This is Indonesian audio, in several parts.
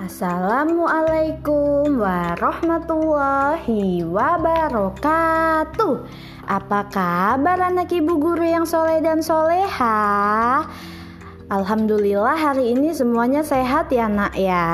Assalamualaikum warahmatullahi wabarakatuh. Apa kabar anak ibu guru yang soleh dan soleha? Alhamdulillah hari ini semuanya sehat ya nak ya.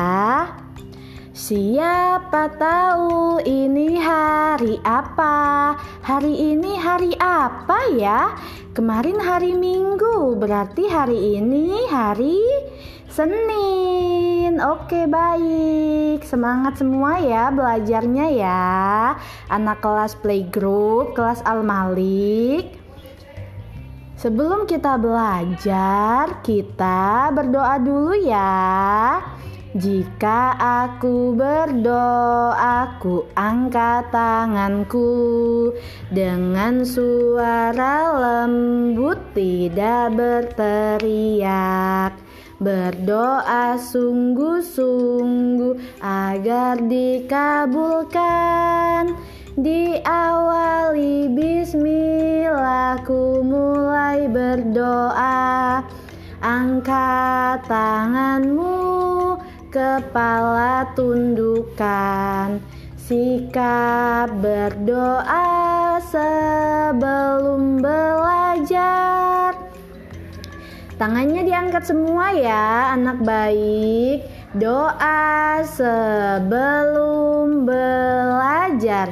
Siapa tahu ini hari apa? Hari ini hari apa ya? Kemarin hari Minggu, berarti hari ini hari Senin. Oke, baik. Semangat semua ya belajarnya ya. Anak kelas playgroup, kelas Al-Malik. Sebelum kita belajar, kita berdoa dulu ya. Jika aku berdoa, aku angkat tanganku dengan suara lembut, tidak berteriak. Berdoa sungguh-sungguh agar dikabulkan. Diawali bismillah, ku mulai berdoa. Angkat tanganmu, kepala tundukkan. Sikap berdoa sebelum belajar. Tangannya diangkat semua ya anak baik. Doa sebelum belajar.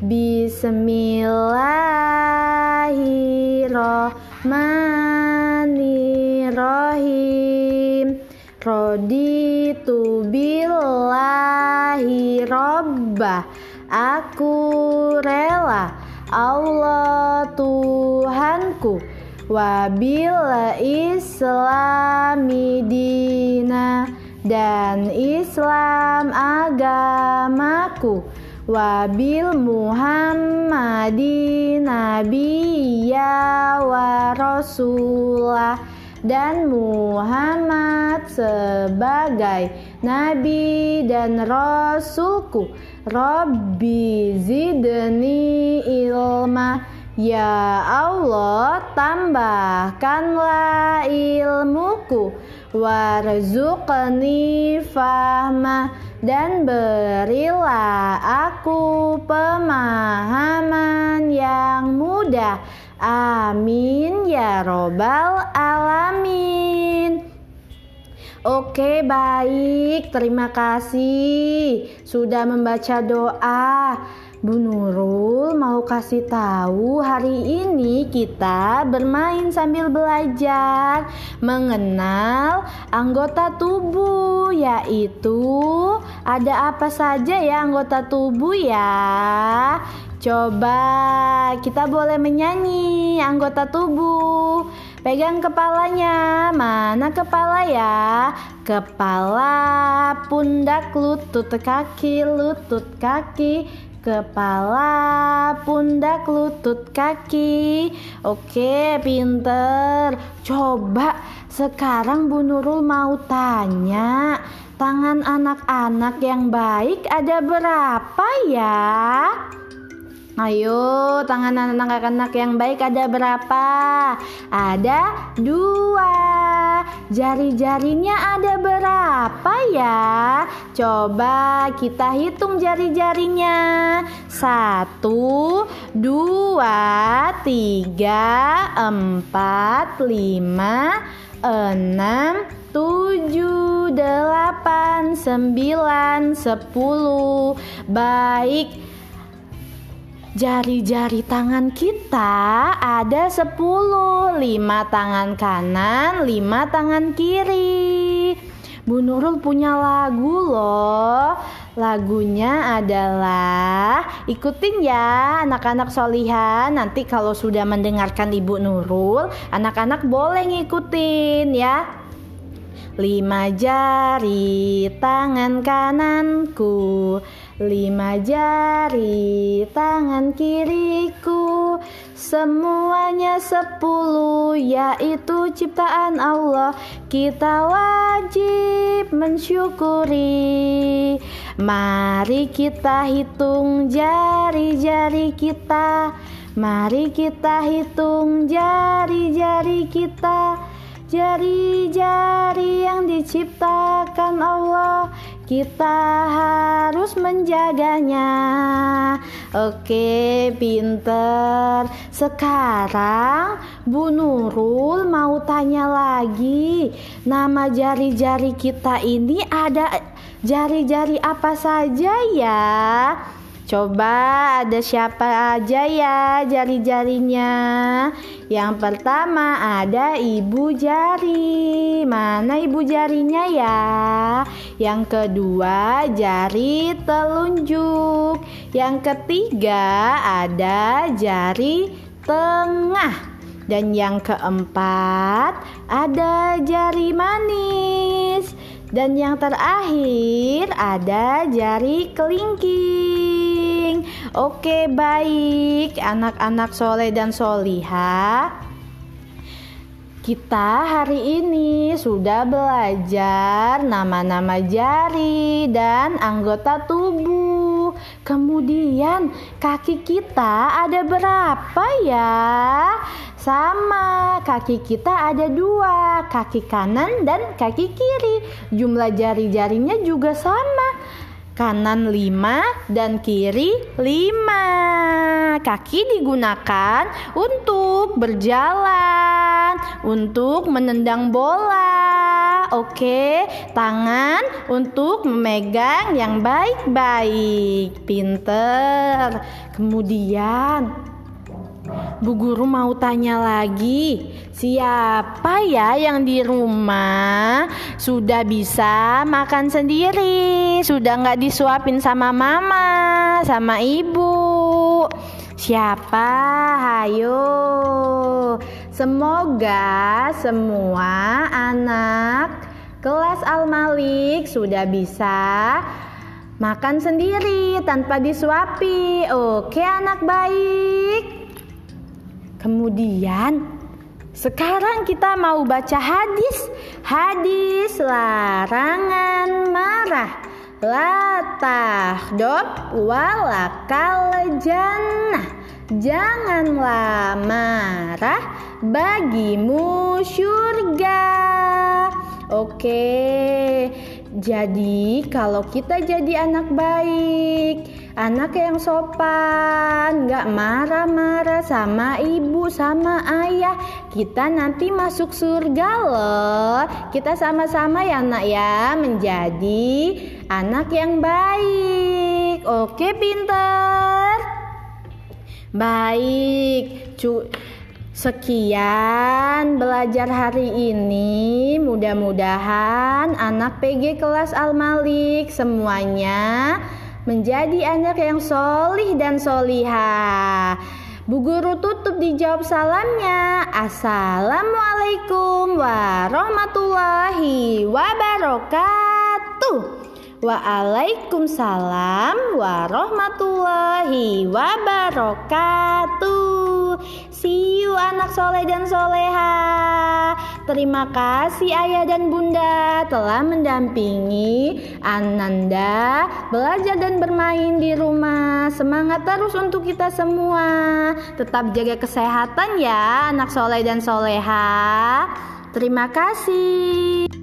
Bismillahirrahmanirrahim. Raditu billahi rabbah. Aku rela Allah Tuhanku, wabil islami dina, dan Islam agamaku, wabil Muhammadin nabiyya wa rasulah, dan Muhammad sebagai nabi dan rasulku. Rabbi zidni ilma, ya Allah tambahkanlah ilmuku. Warzuqni fahma, dan berilah aku pemahaman yang mudah. Amin ya robbal alamin. Oke, baik, terima kasih sudah membaca doa. Bu Nurul mau kasih tahu hari ini kita bermain sambil belajar mengenal anggota tubuh, yaitu ada apa saja ya anggota tubuh ya. Coba kita boleh menyanyi anggota tubuh. Pegang kepalanya. Mana kepala ya? Kepala, pundak, lutut, kaki, lutut, kaki. Kepala, pundak, lutut, kaki. Oke, pinter. Coba sekarang Bu Nurul mau tanya, tangan anak-anak yang baik ada berapa ya? Ayo, tangan anak-anak yang baik ada berapa? Ada 2. Jari-jarinya ada berapa ya? Coba kita hitung jari-jarinya. 1, 2, 3, 4, 5, 6, 7, 8, 9, 10. Baik. Jari-jari tangan kita ada 10, 5 tangan kanan, 5 tangan kiri. Bu Nurul punya lagu loh. Lagunya adalah, ikutin ya anak-anak solihan. Nanti kalau sudah mendengarkan Ibu Nurul, anak-anak boleh ngikutin ya. 5 jari tangan kananku, 5 jari tangan kiriku, semuanya 10, yaitu ciptaan Allah. Kita wajib mensyukuri. Mari kita hitung jari-jari kita. Mari kita hitung jari-jari kita. jari-jari yang diciptakan Allah, kita harus menjaganya. Oke, pinter. Sekarang Bu Nurul mau tanya lagi, nama jari-jari kita ini ada jari-jari apa saja ya? Coba ada siapa aja ya jari-jarinya? Yang pertama ada ibu jari. Mana ibu jarinya ya? Yang kedua jari telunjuk. Yang ketiga ada jari tengah. Dan yang keempat ada jari manis. Dan yang terakhir ada jari kelingking. Oke, baik anak-anak soleh dan solihah. Kita hari ini sudah belajar nama-nama jari dan anggota tubuh. Kemudian kaki kita ada berapa ya? Sama, kaki kita ada 2, kaki kanan dan kaki kiri. Jumlah jari-jarinya juga sama. Kanan 5 dan kiri 5. Kaki digunakan untuk berjalan, untuk menendang bola. Oke, tangan untuk memegang yang baik-baik. Pinter. Kemudian Bu Guru mau tanya lagi, siapa ya yang di rumah sudah bisa makan sendiri, sudah nggak disuapin sama mama, sama ibu? Siapa? Hayo. Semoga semua anak kelas Al-Malik sudah bisa makan sendiri tanpa disuapi. Oke, anak baik. Kemudian sekarang kita mau baca hadis. Hadis larangan marah. La tahdab walakal jannah. Janganlah marah, bagimu surga. Oke, jadi kalau kita jadi anak baik, anak yang sopan, gak marah-marah sama ibu, sama ayah, kita nanti masuk surga loh. Kita sama-sama ya nak ya, menjadi anak yang baik. Oke, pinter. Baik, sekian belajar hari ini. Mudah-mudahan anak PG kelas Al-Malik semuanya menjadi anak yang solih dan solihah. Bu Guru tutup dijawab salamnya. Assalamualaikum warahmatullahi wabarakatuh. Waalaikumsalam warahmatullahi wabarakatuh. See you anak soleh dan soleha. Terima kasih ayah dan bunda telah mendampingi Ananda belajar dan bermain di rumah. Semangat terus untuk kita semua. Tetap jaga kesehatan ya anak soleh dan soleha. Terima kasih.